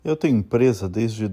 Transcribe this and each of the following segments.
Eu tenho empresa desde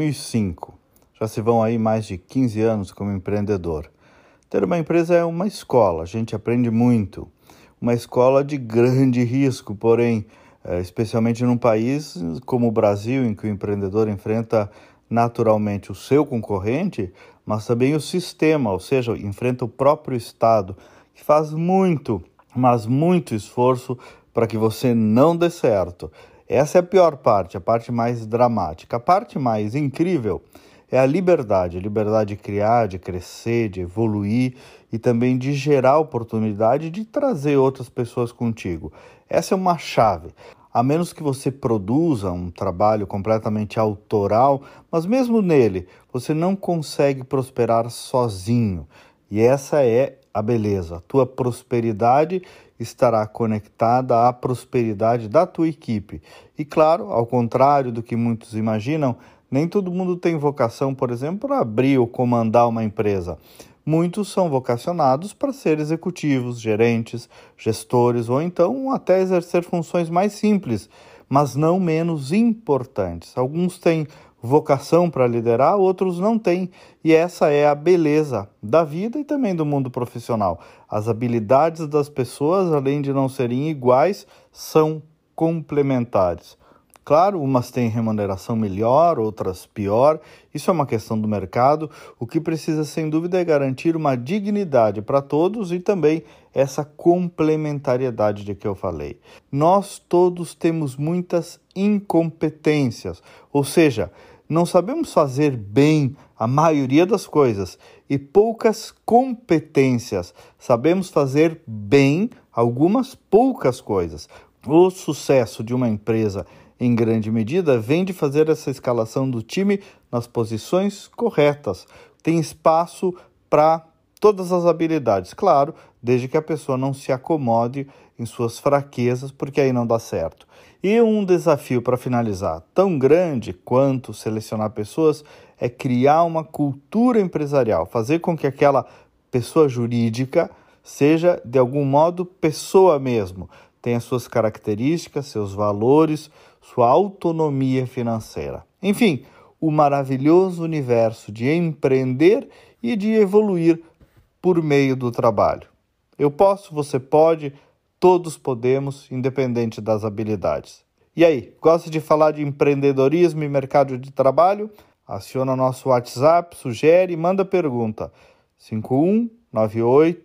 2005. Já se vão aí mais de 15 anos como empreendedor. Ter uma empresa é uma escola, a gente aprende muito. Uma escola de grande risco, porém, especialmente num país como o Brasil, em que o empreendedor enfrenta naturalmente o seu concorrente, mas também o sistema, ou seja, enfrenta o próprio Estado, que faz muito, mas muito esforço para que você não dê certo. Essa é a pior parte, a parte mais dramática. A parte mais incrível é a liberdade de criar, de crescer, de evoluir e também de gerar oportunidade de trazer outras pessoas contigo. Essa é uma chave. A menos que você produza um trabalho completamente autoral, mas mesmo nele você não consegue prosperar sozinho. E essa é a beleza. A tua prosperidade estará conectada à prosperidade da tua equipe. E claro, ao contrário do que muitos imaginam, nem todo mundo tem vocação, por exemplo, para abrir ou comandar uma empresa. Muitos são vocacionados para ser executivos, gerentes, gestores ou então até exercer funções mais simples, mas não menos importantes. Alguns têm vocação para liderar, outros não têm. E essa é a beleza da vida e também do mundo profissional. As habilidades das pessoas, além de não serem iguais, são complementares. Claro, umas têm remuneração melhor, outras pior. Isso é uma questão do mercado. O que precisa, sem dúvida, é garantir uma dignidade para todos e também essa complementariedade de que eu falei. Nós todos temos muitas incompetências, ou seja, não sabemos fazer bem a maioria das coisas e poucas competências. Sabemos fazer bem algumas poucas coisas. O sucesso de uma empresa, em grande medida, vem de fazer essa escalação do time nas posições corretas. Tem espaço para todas as habilidades, claro, desde que a pessoa não se acomode em suas fraquezas, porque aí não dá certo. E um desafio para finalizar, tão grande quanto selecionar pessoas, é criar uma cultura empresarial, fazer com que aquela pessoa jurídica seja, de algum modo, pessoa mesmo, tenha suas características, seus valores, sua autonomia financeira. Enfim, o maravilhoso universo de empreender e de evoluir por meio do trabalho. Eu posso, você pode, todos podemos, independente das habilidades. E aí, gosta de falar de empreendedorismo e mercado de trabalho? Aciona nosso WhatsApp, sugere e manda pergunta.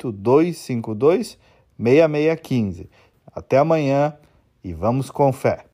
5198-252-6615. Até amanhã e vamos com fé.